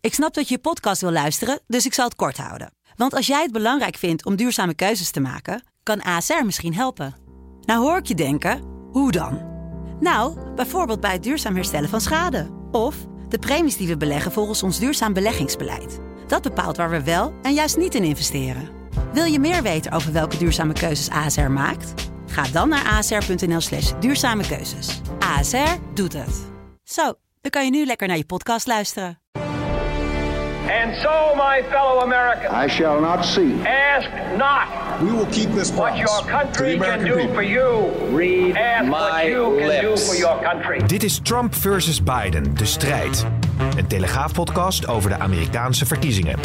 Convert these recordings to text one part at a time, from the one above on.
Ik snap dat je podcast wil luisteren, dus ik zal het kort houden. Want als jij het belangrijk vindt om duurzame keuzes te maken, kan ASR misschien helpen. Nou hoor ik je denken, hoe dan? Nou, bijvoorbeeld bij het duurzaam herstellen van schade. Of de premies die we beleggen volgens ons duurzaam beleggingsbeleid. Dat bepaalt waar we wel en juist niet in investeren. Wil je meer weten over welke duurzame keuzes ASR maakt? Ga dan naar asr.nl/duurzame keuzes. ASR doet het. Zo, dan kan je nu lekker naar je podcast luisteren. And so, my fellow Americans, I shall not see. ask not We will keep this what promise your country to the can American do people. for you. Read Ask what my you can do lips. for your country. Dit is Trump versus Biden, de strijd. Een Telegraaf-podcast over de Amerikaanse verkiezingen.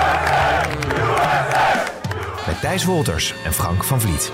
Met Thijs Wolters en Frank van Vliet.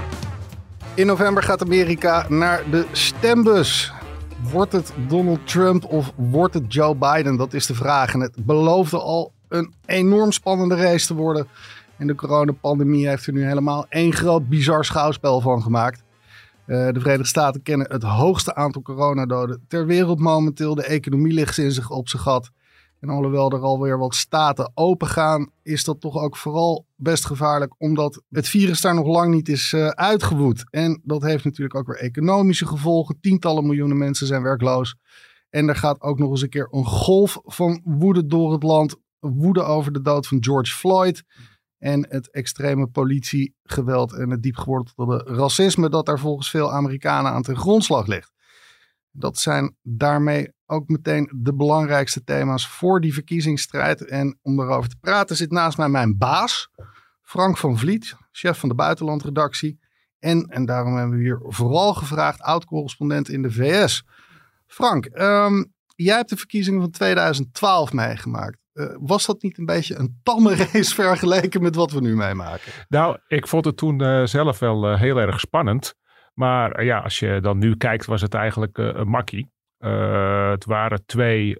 In november gaat Amerika naar de stembus. Wordt het Donald Trump of wordt het Joe Biden? Dat is de vraag. En het beloofde al een enorm spannende race te worden. En de coronapandemie heeft er nu helemaal één groot bizar schouwspel van gemaakt. De Verenigde Staten kennen het hoogste aantal coronadoden ter wereld momenteel. De economie ligt op zijn gat. En alhoewel er alweer wat staten open gaan, is dat toch ook vooral best gevaarlijk. Omdat het virus daar nog lang niet is uitgewoed. En dat heeft natuurlijk ook weer economische gevolgen. Tientallen miljoenen mensen zijn werkloos. En er gaat ook nog eens een keer een golf van woede door het land. Woede over de dood van George Floyd. En het extreme politiegeweld en het diepgewortelde racisme dat daar volgens veel Amerikanen aan ten grondslag ligt. Dat zijn daarmee ook meteen de belangrijkste thema's voor die verkiezingsstrijd. En om daarover te praten zit naast mij mijn baas, Frank van Vliet, chef van de buitenlandredactie. En daarom hebben we hier vooral gevraagd, oud-correspondent in de VS. Frank, jij hebt de verkiezingen van 2012 meegemaakt. Was dat niet een beetje een tamme race vergeleken met wat we nu meemaken? Nou, ik vond het toen zelf wel heel erg spannend. Maar ja, als je dan nu kijkt, was het eigenlijk een makkie. Het waren twee,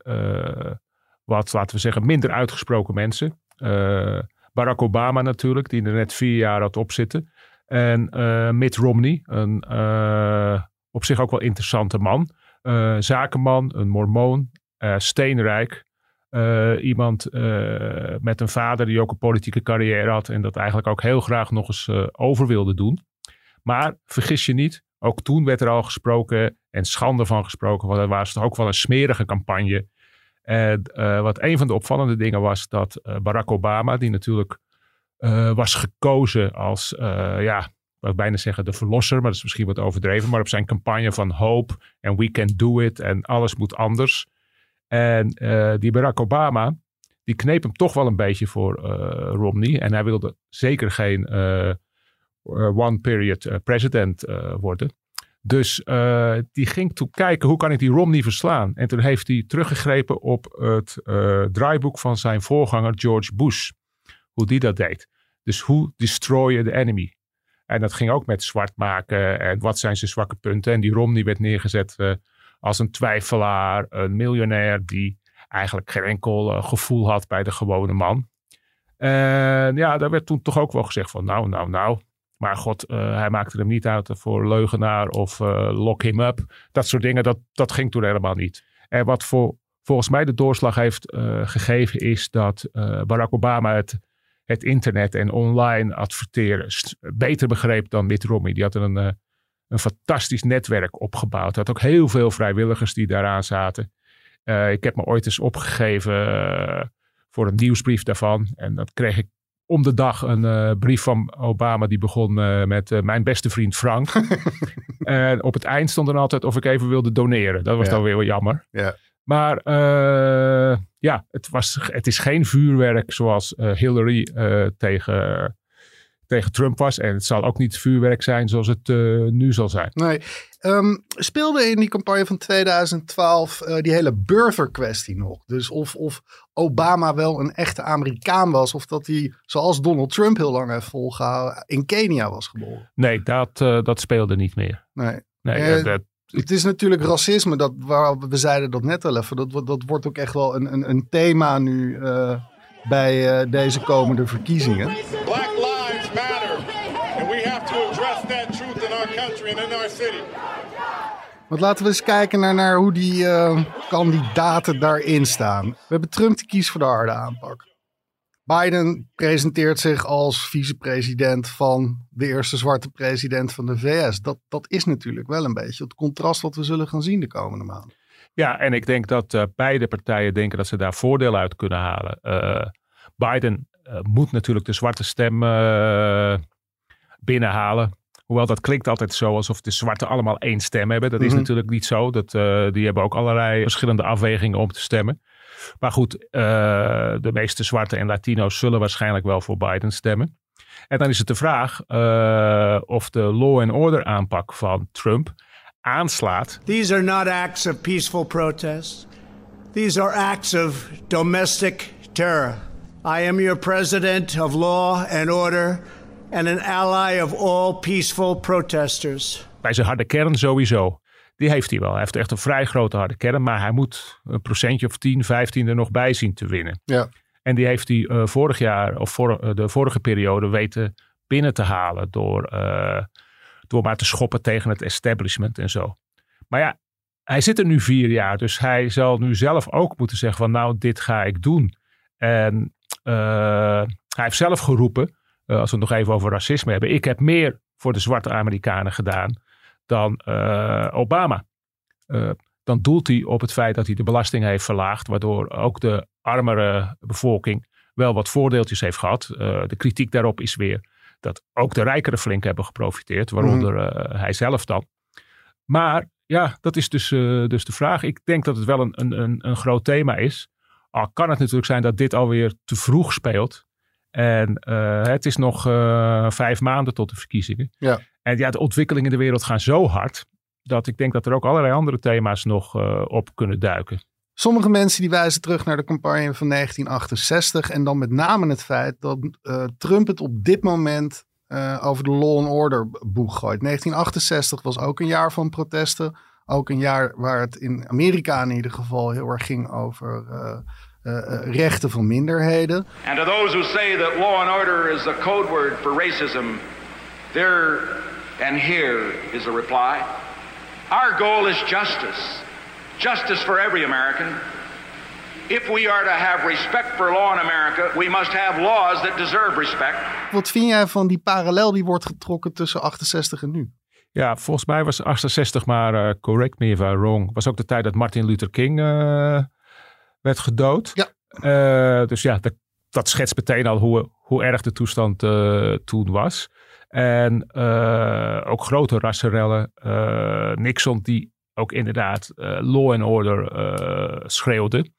laten we zeggen, minder uitgesproken mensen. Barack Obama natuurlijk, die er net 4 jaar had opzitten. En Mitt Romney, een op zich ook wel interessante man. Zakenman, een mormoon, steenrijk. Iemand met een vader die ook een politieke carrière had. En dat eigenlijk ook heel graag nog eens over wilde doen. Maar vergis je niet, ook toen werd er al gesproken en schande van gesproken. Want er was toch ook wel een smerige campagne. En wat een van de opvallende dingen was dat Barack Obama, die natuurlijk was gekozen als, wat bijna zeggen de verlosser, maar dat is misschien wat overdreven. Maar op zijn campagne van hope en we can do it en alles moet anders. En die Barack Obama, die kneep hem toch wel een beetje voor Romney. En hij wilde zeker geen one-period president worden. Dus die ging toen kijken, hoe kan ik die Romney verslaan? En toen heeft hij teruggegrepen op het draaiboek van zijn voorganger George Bush. Hoe die dat deed. Dus hoe destroy je the enemy? En dat ging ook met zwart maken en wat zijn zijn zwakke punten. En die Romney werd neergezet als een twijfelaar, een miljonair die eigenlijk geen enkel gevoel had bij de gewone man. En ja, daar werd toen toch ook wel gezegd van nou. Maar god, hij maakte hem niet uit voor leugenaar of lock him up. Dat soort dingen, dat ging toen helemaal niet. En wat volgens mij de doorslag heeft gegeven is dat Barack Obama het internet en online adverteren beter begreep dan Mitt Romney. Die had een fantastisch netwerk opgebouwd. Hij had ook heel veel vrijwilligers die daaraan zaten. Ik heb me ooit eens opgegeven voor een nieuwsbrief daarvan. En dat kreeg ik om de dag een brief van Obama die begon met mijn beste vriend Frank. En op het eind stond er altijd of ik even wilde doneren. Dat was dan weer wel jammer. Ja. Maar het is geen vuurwerk zoals Hillary tegen Trump was. En het zal ook niet vuurwerk zijn zoals het nu zal zijn. Nee. Speelde in die campagne van 2012 die hele birther-kwestie nog? Dus of Obama wel een echte Amerikaan was, of dat hij, zoals Donald Trump heel lang heeft volgehouden, in Kenia was geboren? Nee, dat speelde niet meer. Nee. Nee, het is natuurlijk racisme, we zeiden dat net al even, dat wordt ook echt wel een thema nu bij deze komende verkiezingen. Black lives matter. And we have to address that truth in our country and in our city. Want laten we eens kijken naar hoe die kandidaten daarin staan. We hebben Trump die kiest voor de harde aanpak. Biden presenteert zich als vicepresident van de eerste zwarte president van de VS. Dat is natuurlijk wel een beetje het contrast wat we zullen gaan zien de komende maanden. Ja, en ik denk dat beide partijen denken dat ze daar voordeel uit kunnen halen. Biden moet natuurlijk de zwarte stem binnenhalen. Hoewel dat klinkt altijd zo alsof de zwarten allemaal één stem hebben. Dat is natuurlijk niet zo. Die hebben ook allerlei verschillende afwegingen om te stemmen. Maar goed, de meeste zwarten en Latino's zullen waarschijnlijk wel voor Biden stemmen. En dan is het de vraag of de law and order aanpak van Trump aanslaat. These are not acts of peaceful protest. These are acts of domestic terror. I am your president of law and order and an ally of all peaceful protesters. Bij zijn harde kern sowieso. Die heeft hij wel. Hij heeft echt een vrij grote harde kern. Maar hij moet een procentje of 10, 15 er nog bij zien te winnen. Ja. En die heeft hij vorig jaar of de vorige periode weten binnen te halen. Door maar te schoppen tegen het establishment en zo. Maar ja, hij zit er nu 4 jaar. Dus hij zal nu zelf ook moeten zeggen van nou, dit ga ik doen. En hij heeft zelf geroepen, als we het nog even over racisme hebben. Ik heb meer voor de zwarte Amerikanen gedaan dan Obama. Dan doelt hij op het feit dat hij de belasting heeft verlaagd. Waardoor ook de armere bevolking wel wat voordeeltjes heeft gehad. De kritiek daarop is weer dat ook de rijkeren flink hebben geprofiteerd. Waaronder hij zelf dan. Maar ja, dat is dus de vraag. Ik denk dat het wel een groot thema is. Al kan het natuurlijk zijn dat dit alweer te vroeg speelt. En het is nog 5 maanden tot de verkiezingen. Ja. En ja, de ontwikkelingen in de wereld gaan zo hard. Dat ik denk dat er ook allerlei andere thema's nog op kunnen duiken. Sommige mensen die wijzen terug naar de campagne van 1968. En dan met name het feit dat Trump het op dit moment over de law and order boeg gooit. 1968 was ook een jaar van protesten. Ook een jaar waar het in Amerika in ieder geval heel erg ging over rechten van minderheden. And to those who say that law and order is a code word for racism, there and here is a reply. Our goal is justice. Justice for every American. If we are to have respect for law in America, we must have laws that deserve respect. Wat vind jij van die parallel die wordt getrokken tussen 68 en nu? Ja, volgens mij was 68 maar, correct me if I'm wrong, was ook de tijd dat Martin Luther King werd gedood. Ja. Dus ja, dat schetst meteen al hoe erg de toestand toen was. En ook grote rassenrellen. Nixon die ook inderdaad law and order schreeuwde.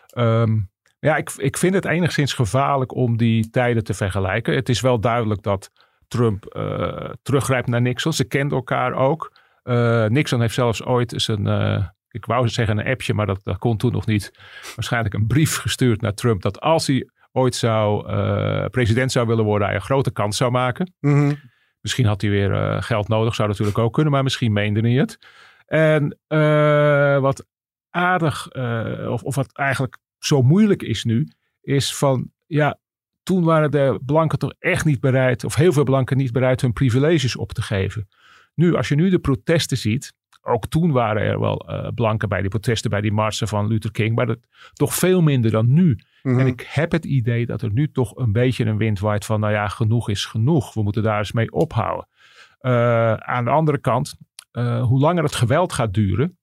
Ja, ik vind het enigszins gevaarlijk om die tijden te vergelijken. Het is wel duidelijk dat Trump teruggrijpt naar Nixon. Ze kenden elkaar ook. Nixon heeft zelfs ooit eens ik wou zeggen een appje, maar dat kon toen nog niet. Waarschijnlijk een brief gestuurd naar Trump dat als hij ooit president zou willen worden, hij een grote kans zou maken. Mm-hmm. Misschien had hij weer geld nodig, zou natuurlijk ook kunnen, maar misschien meende hij het. En wat aardig, of wat eigenlijk zo moeilijk is nu, is van, ja, toen waren de blanken toch echt niet bereid, of heel veel blanken niet bereid hun privileges op te geven. Nu, als je nu de protesten ziet, ook toen waren er wel blanken bij die protesten, bij die marsen van Luther King, maar dat toch veel minder dan nu. Mm-hmm. En ik heb het idee dat er nu toch een beetje een wind waait van, nou ja, genoeg is genoeg. We moeten daar eens mee ophouden. Aan de andere kant, hoe langer het geweld gaat duren,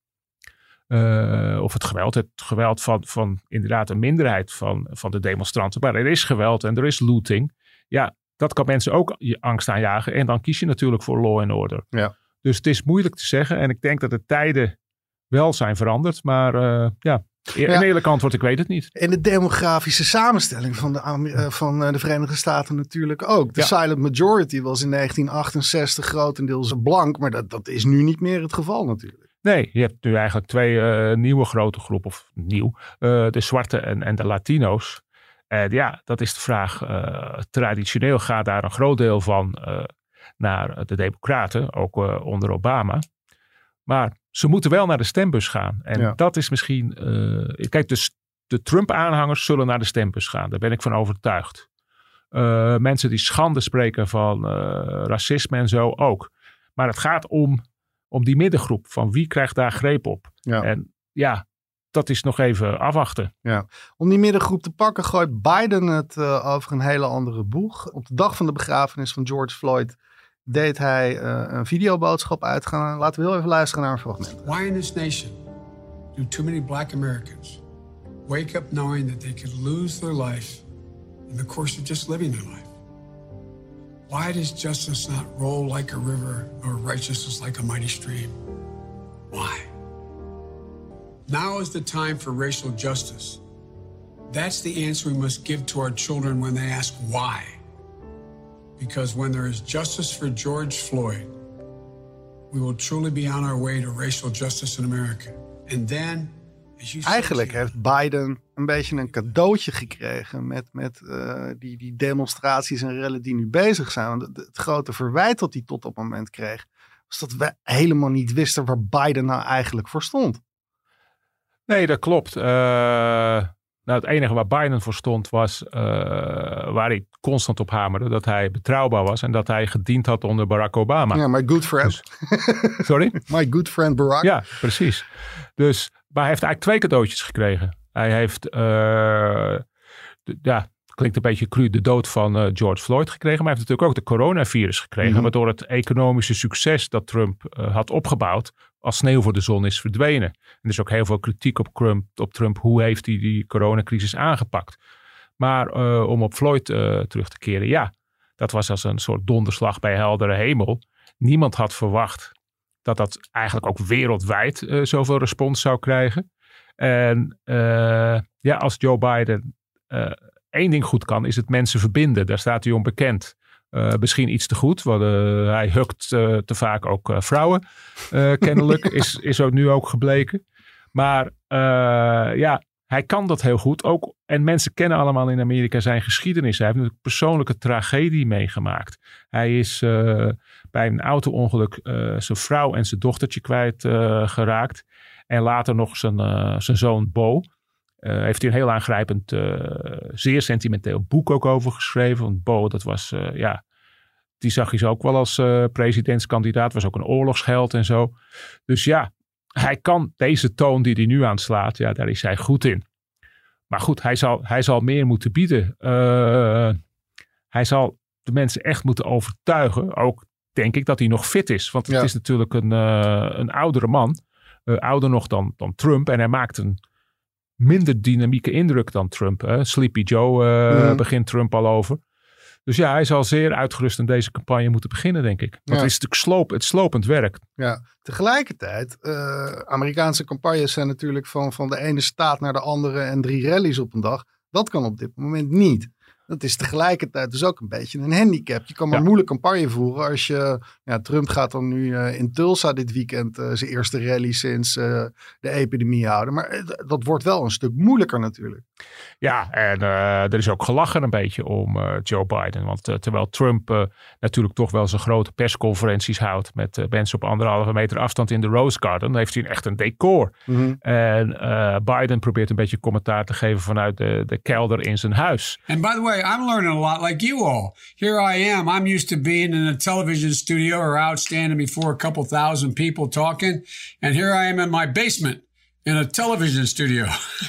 of het geweld van inderdaad een minderheid van de demonstranten, maar er is geweld en er is looting. Ja, dat kan mensen ook je angst aanjagen en dan kies je natuurlijk voor law and order. Ja. Dus het is moeilijk te zeggen en ik denk dat de tijden wel zijn veranderd, maar een eerlijk antwoord, ik weet het niet. En de demografische samenstelling van de Verenigde Staten natuurlijk ook. De silent majority was in 1968 grotendeels blank, maar dat is nu niet meer het geval natuurlijk. Nee, je hebt nu eigenlijk 2 nieuwe grote groepen, of nieuw, de zwarte en de Latino's. Ja, dat is de vraag. Traditioneel gaat daar een groot deel van naar de Democraten, ook onder Obama. Maar ze moeten wel naar de stembus gaan. En dat is misschien... kijk, dus de Trump-aanhangers zullen naar de stembus gaan. Daar ben ik van overtuigd. Mensen die schande spreken van racisme en zo ook. Maar het gaat om om die middengroep. Van wie krijgt daar greep op? Ja. En ja, dat is nog even afwachten. Ja. Om die middengroep te pakken gooit Biden het over een hele andere boeg. Op de dag van de begrafenis van George Floyd deed hij een videoboodschap uitgaan. Laten we heel even luisteren naar een fragment. Why in this nation do too many black Americans wake up knowing that they could lose their life in the course of just living their life? Why does justice not roll like a river or righteousness like a mighty stream? Why? Now is the time for racial justice. That's the answer we must give to our children when they ask why. Because when there is justice for George Floyd, we will truly be on our way to racial justice in America. And then, as you Eigenlijk heeft Biden een beetje een cadeautje gekregen met die demonstraties en rellen die nu bezig zijn. Want het grote verwijt dat hij tot dat moment kreeg, was dat we helemaal niet wisten waar Biden nou eigenlijk voor stond. Nee, dat klopt. Het enige waar Biden voor stond was waar hij constant op hamerde. Dat hij betrouwbaar was en dat hij gediend had onder Barack Obama. Ja, my good friend. Sorry? My good friend Barack. Ja, precies. Dus, maar hij heeft eigenlijk 2 cadeautjes gekregen. Hij heeft, klinkt een beetje cru, de dood van George Floyd gekregen. Maar hij heeft natuurlijk ook de coronavirus gekregen. Waardoor het economische succes dat Trump had opgebouwd als sneeuw voor de zon is verdwenen. En er is ook heel veel kritiek op Trump. Hoe heeft hij die coronacrisis aangepakt? Maar om op Floyd terug te keren. Ja, dat was als een soort donderslag bij heldere hemel. Niemand had verwacht dat eigenlijk ook wereldwijd zoveel respons zou krijgen. En als Joe Biden 1 ding goed kan, is het mensen verbinden. Daar staat hij onbekend. Misschien iets te goed, want hij hukt te vaak ook vrouwen. Kennelijk is ook nu ook gebleken. Maar hij kan dat heel goed. Ook, en mensen kennen allemaal in Amerika zijn geschiedenis. Hij heeft natuurlijk persoonlijke tragedie meegemaakt. Hij is bij een auto-ongeluk zijn vrouw en zijn dochtertje kwijt geraakt. En later nog zijn zoon Bo. Heeft hij een heel aangrijpend, zeer sentimenteel boek ook over geschreven. Want Bo, dat was, die zag hij zo ook wel als presidentskandidaat. Was ook een oorlogsheld en zo. Dus ja, hij kan deze toon die hij nu aanslaat, ja, daar is hij goed in. Maar goed, hij zal meer moeten bieden. Hij zal de mensen echt moeten overtuigen. Ook denk ik dat hij nog fit is. Want het is natuurlijk een oudere man. Ouder nog dan Trump. En hij maakt een minder dynamieke indruk dan Trump. Sleepy Joe begint Trump al over. Dus ja, hij zal zeer uitgerust in deze campagne moeten beginnen, denk ik. Want het is natuurlijk het slopend werk. Ja, tegelijkertijd, Amerikaanse campagnes zijn natuurlijk van de ene staat naar de andere en 3 rallies op een dag. Dat kan op dit moment niet. Dat is tegelijkertijd dus ook een beetje een handicap. Je kan maar moeilijk campagne voeren als je... Ja, Trump gaat dan nu in Tulsa dit weekend zijn eerste rally sinds de epidemie houden. Maar dat wordt wel een stuk moeilijker natuurlijk. Ja, en er is ook gelachen een beetje om Joe Biden. Want terwijl Trump natuurlijk toch wel zijn grote persconferenties houdt met mensen op 1,5 meter afstand in de Rose Garden, heeft hij echt een decor. En Biden probeert een beetje commentaar te geven vanuit de kelder in zijn huis. And by the way, I'm learning a lot like you all. Here I am. I'm used to being in a television studio or out standing before a couple thousand people talking. And here I am in my basement in a television studio.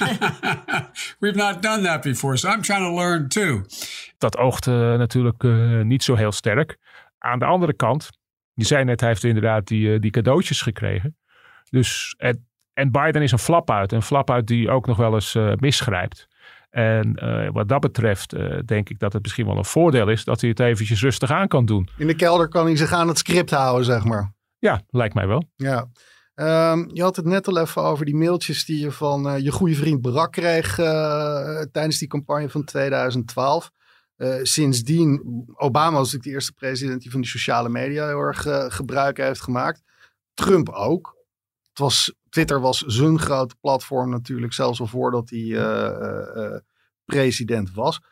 We've not done that before, so I'm trying to learn too. Dat oogt natuurlijk niet zo heel sterk. Aan de andere kant, je zei net, hij heeft inderdaad die cadeautjes gekregen. Dus, en Biden is een flap-uit. Een flap-uit die ook nog wel eens misgrijpt. En wat dat betreft denk ik dat het misschien wel een voordeel is dat hij het eventjes rustig aan kan doen. In de kelder kan hij zich aan het script houden, zeg maar. Ja, lijkt mij wel. Ja. Je had het net al even over die mailtjes die je van je goede vriend Barack kreeg tijdens die campagne van 2012. Sindsdien, Obama was natuurlijk de eerste president die van die sociale media heel erg gebruik heeft gemaakt. Trump ook. Twitter was zijn grote platform natuurlijk, zelfs al voordat hij president was.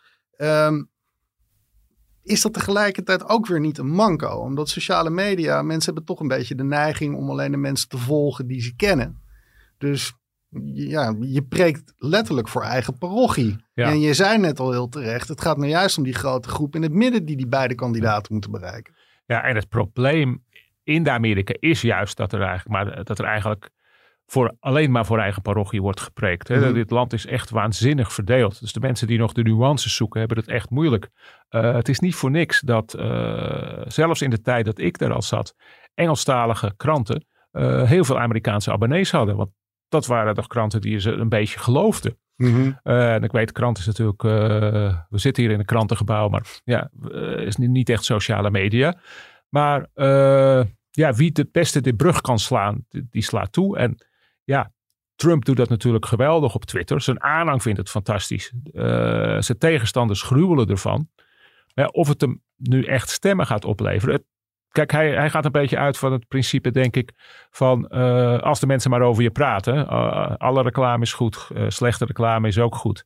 Is dat tegelijkertijd ook weer niet een manco? Omdat sociale media, mensen hebben toch een beetje de neiging om alleen de mensen te volgen die ze kennen. Dus ja, je preekt letterlijk voor eigen parochie. Ja. En je zei net al heel terecht, het gaat nou juist om die grote groep in het midden die beide kandidaten moeten bereiken. Ja, en het probleem in de Amerika is juist dat er eigenlijk alleen maar voor eigen parochie wordt gepreekt. Hè? Mm-hmm. Dit land is echt waanzinnig verdeeld. Dus de mensen die nog de nuances zoeken, hebben het echt moeilijk. Het is niet voor niks dat zelfs in de tijd dat ik daar al zat, Engelstalige kranten heel veel Amerikaanse abonnees hadden. Want dat waren toch kranten die ze een beetje geloofden. Mm-hmm. En ik weet, de krant is natuurlijk, we zitten hier in een krantengebouw, maar ja, is niet echt sociale media. Maar wie het beste de brug kan slaan, die slaat toe. En ja, Trump doet dat natuurlijk geweldig op Twitter. Zijn aanhang vindt het fantastisch. Zijn tegenstanders gruwelen ervan. Maar ja, of het hem nu echt stemmen gaat opleveren. Kijk, hij gaat een beetje uit van het principe, denk ik, van als de mensen maar over je praten. Alle reclame is goed, slechte reclame is ook goed.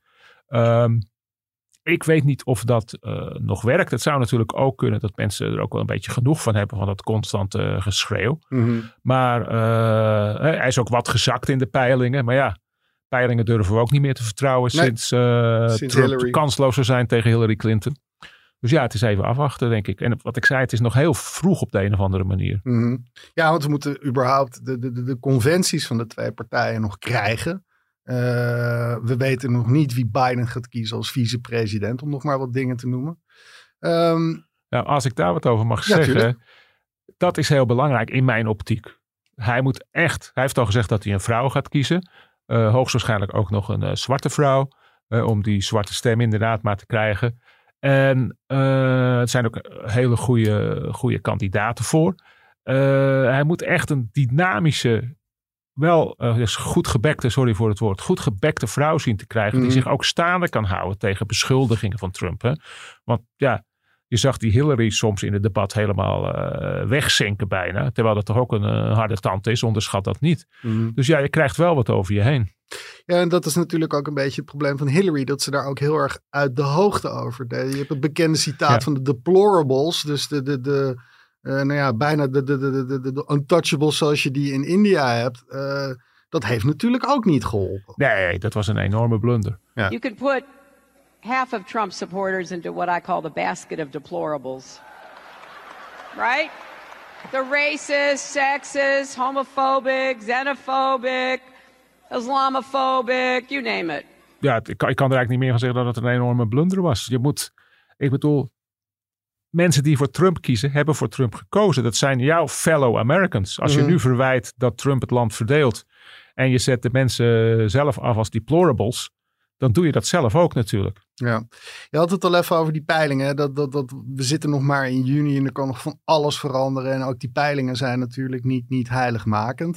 Ik weet niet of dat nog werkt. Het zou natuurlijk ook kunnen dat mensen er ook wel een beetje genoeg van hebben, van dat constante geschreeuw. Mm-hmm. Maar hij is ook wat gezakt in de peilingen. Maar ja, peilingen durven we ook niet meer te vertrouwen sinds Trump Hillary kansloos zou zijn tegen Hillary Clinton. Dus ja, het is even afwachten, denk ik. En wat ik zei, het is nog heel vroeg op de een of andere manier. Mm-hmm. Ja, want we moeten überhaupt de conventies van de twee partijen nog krijgen. We weten nog niet wie Biden gaat kiezen als vicepresident, om nog maar wat dingen te noemen. Nou, als ik daar wat over mag zeggen, tuurlijk. Dat is heel belangrijk in mijn optiek. Hij heeft al gezegd dat hij een vrouw gaat kiezen. Hoogstwaarschijnlijk ook nog een zwarte vrouw, om die zwarte stem inderdaad maar te krijgen. En het zijn ook hele goede kandidaten voor. Hij moet echt een dynamische, dus goed gebekte vrouw zien te krijgen. Die zich ook staande kan houden tegen beschuldigingen van Trump. Hè? Want ja, je zag die Hillary soms in het debat helemaal wegzinken bijna. Terwijl dat toch ook een harde tand is. Onderschat dat niet. Mm-hmm. Dus ja, je krijgt wel wat over je heen. Ja, en dat is natuurlijk ook een beetje het probleem van Hillary. Dat ze daar ook heel erg uit de hoogte over deed. Je hebt het bekende citaat van de deplorables. Dus bijna de untouchables zoals je die in India hebt. Dat heeft natuurlijk ook niet geholpen. Nee, dat was een enorme blunder. Ja. You could put half of Trump supporters into what I call the basket of deplorables. Right? The racist, sexist, homophobic, xenophobic, Islamophobic, you name it. Ja, ik kan er eigenlijk niet meer van zeggen dat het een enorme blunder was. Mensen die voor Trump kiezen, hebben voor Trump gekozen. Dat zijn jouw fellow Americans. Als je nu verwijt dat Trump het land verdeelt en je zet de mensen zelf af als deplorables, dan doe je dat zelf ook natuurlijk. Ja, je had het al even over die peilingen. We zitten nog maar in juni en er kan nog van alles veranderen. En ook die peilingen zijn natuurlijk niet heiligmakend.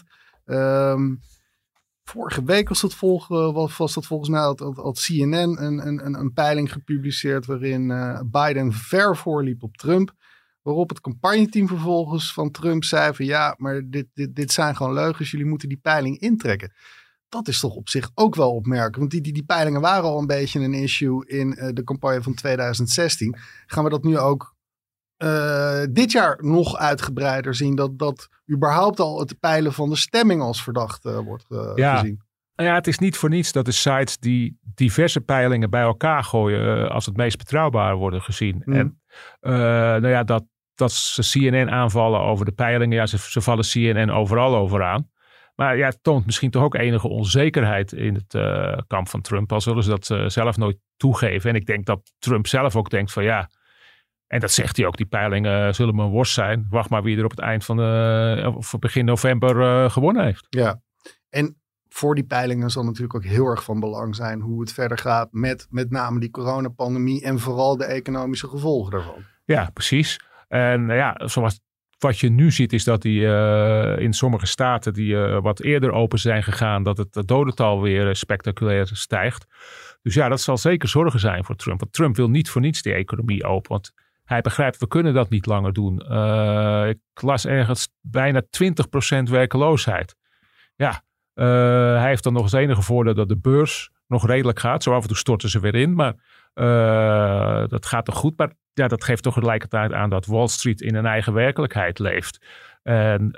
Vorige week was dat volgens mij had CNN een peiling gepubliceerd waarin Biden ver voorliep op Trump. Waarop het campagneteam vervolgens van Trump zei van ja, maar dit zijn gewoon leugens. Jullie moeten die peiling intrekken. Dat is toch op zich ook wel opmerkelijk. Want die peilingen waren al een beetje een issue in de campagne van 2016. Gaan we dat nu ook dit jaar nog uitgebreider zien? Dat überhaupt al het peilen van de stemming als verdacht wordt gezien. Ja, het is niet voor niets dat de sites die diverse peilingen bij elkaar gooien als het meest betrouwbaar worden gezien. En dat ze CNN aanvallen over de peilingen. Ja, ze vallen CNN overal over aan. Maar ja, het toont misschien toch ook enige onzekerheid in het kamp van Trump. Al zullen ze dat zelf nooit toegeven. En ik denk dat Trump zelf ook denkt van ja, en dat zegt hij ook, die peilingen zullen me een worst zijn. Wacht maar wie er op het eind van of begin november gewonnen heeft. Ja, en voor die peilingen zal natuurlijk ook heel erg van belang zijn hoe het verder gaat met name die coronapandemie en vooral de economische gevolgen daarvan. Ja, precies. En zoals wat je nu ziet is dat in sommige staten die wat eerder open zijn gegaan, dat het dodental weer spectaculair stijgt. Dus ja, dat zal zeker zorgen zijn voor Trump. Want Trump wil niet voor niets die economie open. Want hij begrijpt, we kunnen dat niet langer doen. Ik las ergens bijna 20% werkeloosheid. Ja, hij heeft dan nog eens enige voordeel dat de beurs nog redelijk gaat. Zo af en toe storten ze weer in, maar dat gaat toch goed. Maar ja, dat geeft toch tegelijkertijd aan dat Wall Street in een eigen werkelijkheid leeft. En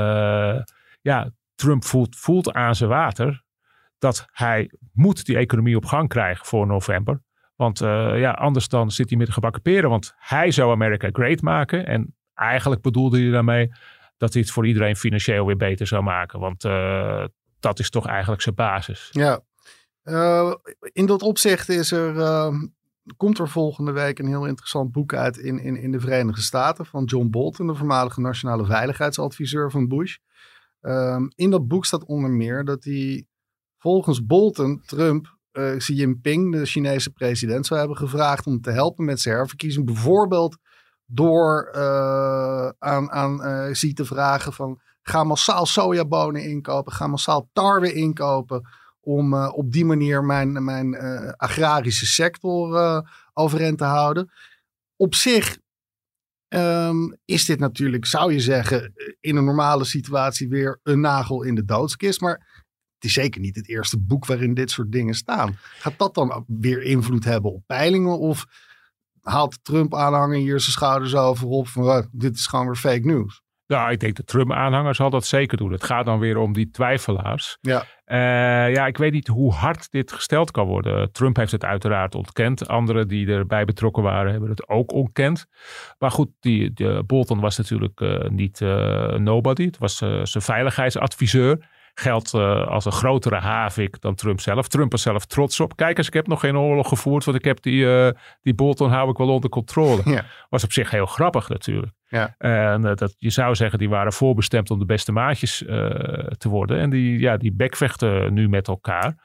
Trump voelt aan zijn water dat hij moet die economie op gang krijgen voor november. Want anders dan zit hij met de gebakken peren. Want hij zou America great maken. En eigenlijk bedoelde hij daarmee, dat hij het voor iedereen financieel weer beter zou maken. Want dat is toch eigenlijk zijn basis. Ja, in dat opzicht komt er volgende week een heel interessant boek uit in de Verenigde Staten van John Bolton, de voormalige nationale veiligheidsadviseur van Bush. In dat boek staat onder meer dat hij volgens Bolton Trump Xi Jinping, de Chinese president, zou hebben gevraagd om te helpen met zijn herverkiezing. Bijvoorbeeld door aan Xi te vragen van ga massaal sojabonen inkopen, ga massaal tarwe inkopen om op die manier mijn agrarische sector overeind te houden. Op zich is dit natuurlijk, zou je zeggen, in een normale situatie weer een nagel in de doodskist. Maar het is zeker niet het eerste boek waarin dit soort dingen staan. Gaat dat dan weer invloed hebben op peilingen? Of haalt de Trump-aanhanger hier zijn schouders over op van dit is gewoon weer fake news? Nou, ik denk de Trump-aanhanger zal dat zeker doen. Het gaat dan weer om die twijfelaars. Ja. Ik weet niet hoe hard dit gesteld kan worden. Trump heeft het uiteraard ontkend. Anderen die erbij betrokken waren hebben het ook ontkend. Maar goed, Bolton was natuurlijk niet nobody. Het was zijn veiligheidsadviseur. Geldt als een grotere havik dan Trump zelf. Trump was zelf trots op. Kijk eens, ik heb nog geen oorlog gevoerd, want ik heb die Bolton hou ik wel onder controle. Ja. Was op zich heel grappig natuurlijk. Ja. En je zou zeggen, die waren voorbestemd om de beste maatjes te worden. En die bekvechten nu met elkaar.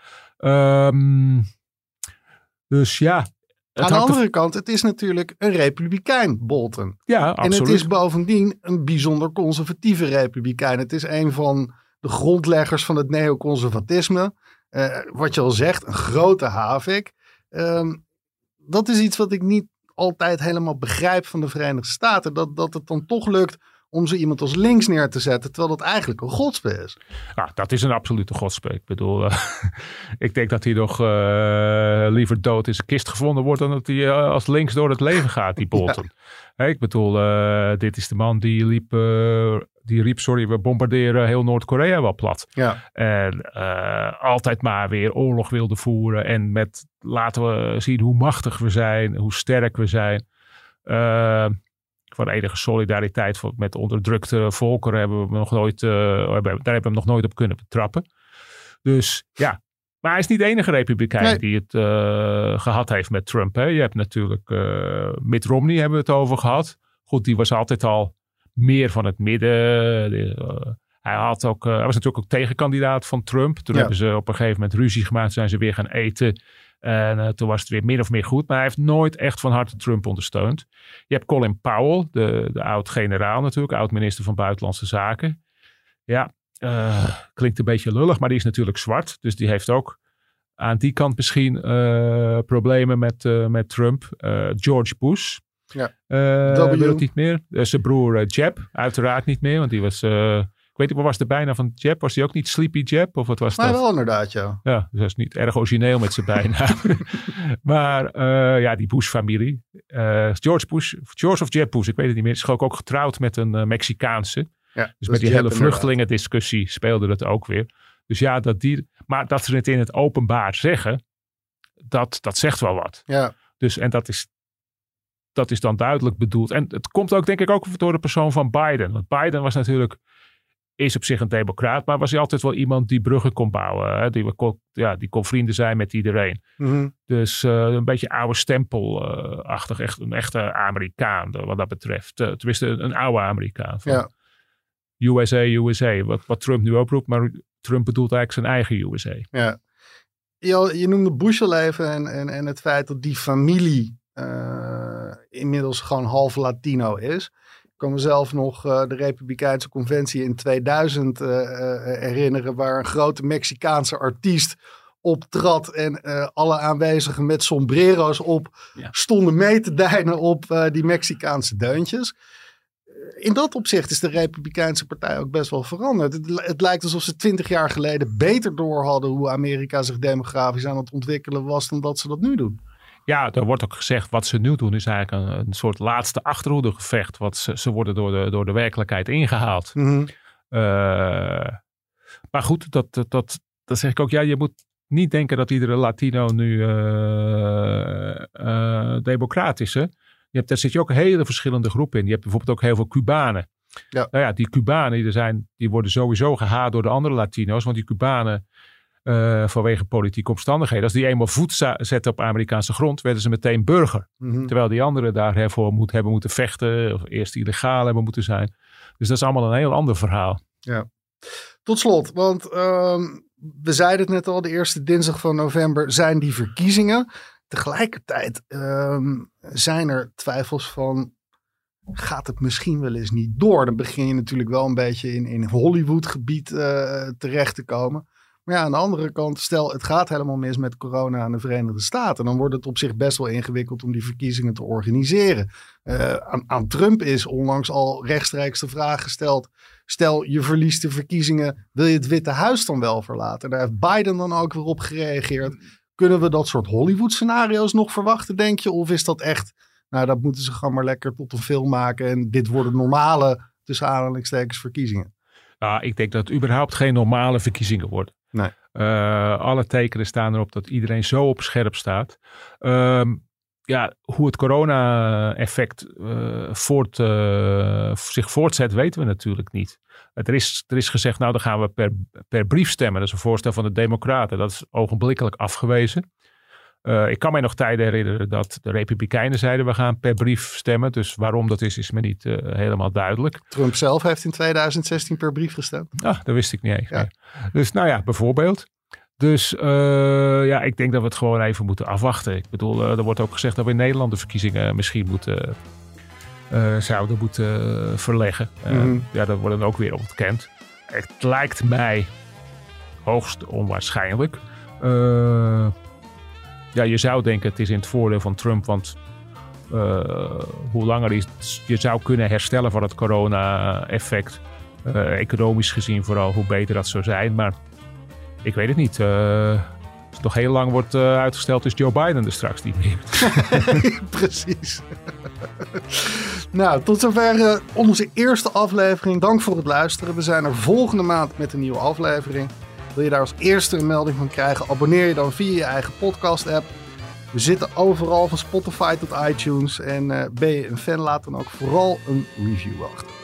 Dus ja. Aan de andere kant, het is natuurlijk een republikein, Bolton. Ja, absoluut. En het is bovendien een bijzonder conservatieve republikein. Het is een van de grondleggers van het neoconservatisme. Wat je al zegt, een grote havik. Dat is iets wat ik niet altijd helemaal begrijp van de Verenigde Staten. Dat het dan toch lukt om zo iemand als links neer te zetten, terwijl dat eigenlijk een godspe is. Ja, dat is een absolute godspe. Ik bedoel, ik denk dat hij nog liever dood in zijn kist gevonden wordt dan dat hij als links door het leven gaat, die Bolton. Ja. Ik bedoel, dit is de man die riep, we bombarderen heel Noord-Korea wel plat. Ja. En altijd maar weer oorlog wilde voeren. En laten we zien hoe machtig we zijn, hoe sterk we zijn. Van enige solidariteit met onderdrukte volkeren hebben we hem nog nooit op kunnen betrappen. Dus ja, maar hij is niet de enige republikein die het gehad heeft met Trump. Hè. Je hebt natuurlijk Mitt Romney hebben we het over gehad. Goed, die was altijd al meer van het midden. Hij was natuurlijk ook tegenkandidaat van Trump. Toen hebben ze op een gegeven moment ruzie gemaakt. Zijn ze weer gaan eten. En toen was het weer min of meer goed. Maar hij heeft nooit echt van harte Trump ondersteund. Je hebt Colin Powell, de oud-generaal natuurlijk. Oud-minister van Buitenlandse Zaken. Ja, klinkt een beetje lullig. Maar die is natuurlijk zwart. Dus die heeft ook aan die kant misschien problemen met Trump. George Bush. Ja. Wil het niet meer. Zijn broer Jeb uiteraard niet meer. Want die was... ik weet niet, wat was de bijnaam van Jeb? Was hij ook niet Sleepy Jeb? Of wat was dat? Maar wel inderdaad, ja. Ja, dus dat is niet erg origineel met zijn bijnaam. Maar die Bush-familie. George of Jeb Bush, ik weet het niet meer. Is ook getrouwd met een Mexicaanse. Ja, dus met die hele vluchtelingendiscussie speelde dat ook weer. Dus ja, maar dat ze het in het openbaar zeggen, dat zegt wel wat. Ja. Dus, en dat is dan duidelijk bedoeld. En het komt ook, denk ik, ook door de persoon van Biden. Want Biden is op zich een democraat, maar was hij altijd wel iemand die bruggen kon bouwen. Hè? Die kon vrienden zijn met iedereen. Mm-hmm. Dus een beetje oude stempelachtig. Echt een echte Amerikaan wat dat betreft. Tenminste, een oude Amerikaan. Van USA. Wat Trump nu ook roept, maar Trump bedoelt eigenlijk zijn eigen USA. Ja. Je noemde Bush al even en het feit dat die familie inmiddels gewoon half Latino is. Ik kan mezelf nog de Republikeinse Conventie in 2000 herinneren, waar een grote Mexicaanse artiest optrad en alle aanwezigen met sombrero's op stonden mee te deinen op die Mexicaanse deuntjes. In dat opzicht is de Republikeinse Partij ook best wel veranderd. Het lijkt alsof ze 20 jaar geleden beter door hadden hoe Amerika zich demografisch aan het ontwikkelen was dan dat ze dat nu doen. Ja, er wordt ook gezegd wat ze nu doen is eigenlijk een soort laatste achterhoedegevecht. Wat ze worden door de werkelijkheid ingehaald. Mm-hmm. Maar goed, dat zeg ik ook. Ja, je moet niet denken dat iedere Latino nu democraat is. Hè? Daar zit je ook hele verschillende groepen in. Je hebt bijvoorbeeld ook heel veel Cubanen. Ja. Nou ja, die Cubanen die worden sowieso gehaat door de andere Latino's. Want die Cubanen, vanwege politieke omstandigheden, als die eenmaal voet zetten op Amerikaanse grond, werden ze meteen burger. Mhm. Terwijl die anderen daarvoor hebben moeten vechten, of eerst illegaal hebben moeten zijn. Dus dat is allemaal een heel ander verhaal. Ja. Tot slot, want we zeiden het net al, de eerste dinsdag van november zijn die verkiezingen. Tegelijkertijd zijn er twijfels van, gaat het misschien wel eens niet door? Dan begin je natuurlijk wel een beetje in Hollywood gebied terecht te komen. Maar ja, aan de andere kant, stel het gaat helemaal mis met corona in de Verenigde Staten. Dan wordt het op zich best wel ingewikkeld om die verkiezingen te organiseren. Aan Trump is onlangs al rechtstreeks de vraag gesteld. Stel je verliest de verkiezingen, wil je het Witte Huis dan wel verlaten? Daar heeft Biden dan ook weer op gereageerd. Kunnen we dat soort Hollywood scenario's nog verwachten, denk je? Of is dat echt, nou dat moeten ze gewoon maar lekker tot een film maken. En dit worden normale, tussen aanhalingstekens, verkiezingen. Nou, ik denk dat het überhaupt geen normale verkiezingen worden. Nee. Alle tekenen staan erop dat iedereen zo op scherp staat. Hoe het corona-effect zich voortzet, weten we natuurlijk niet. Er is gezegd, nou dan gaan we per brief stemmen. Dat is een voorstel van de Democraten. Dat is ogenblikkelijk afgewezen. Ik kan mij nog tijden herinneren dat de Republikeinen zeiden, we gaan per brief stemmen. Dus waarom dat is me niet helemaal duidelijk. Trump zelf heeft in 2016 per brief gestemd. Ah, dat wist ik niet eens. Ja. Dus nou ja, bijvoorbeeld. Dus ik denk dat we het gewoon even moeten afwachten. Ik bedoel, er wordt ook gezegd dat we in Nederland de verkiezingen misschien zouden moeten verleggen. Ja, dat wordt dan ook weer ontkend. Het lijkt mij hoogst onwaarschijnlijk. Je zou denken het is in het voordeel van Trump, want hoe langer je zou kunnen herstellen van het corona-effect, economisch gezien vooral, hoe beter dat zou zijn. Maar ik weet het niet. Als het nog heel lang wordt uitgesteld, is Joe Biden er straks niet meer. Precies. Nou, tot zover onze eerste aflevering. Dank voor het luisteren. We zijn er volgende maand met een nieuwe aflevering. Wil je daar als eerste een melding van krijgen? Abonneer je dan via je eigen podcast-app. We zitten overal van Spotify tot iTunes. En ben je een fan, laat dan ook vooral een review achter.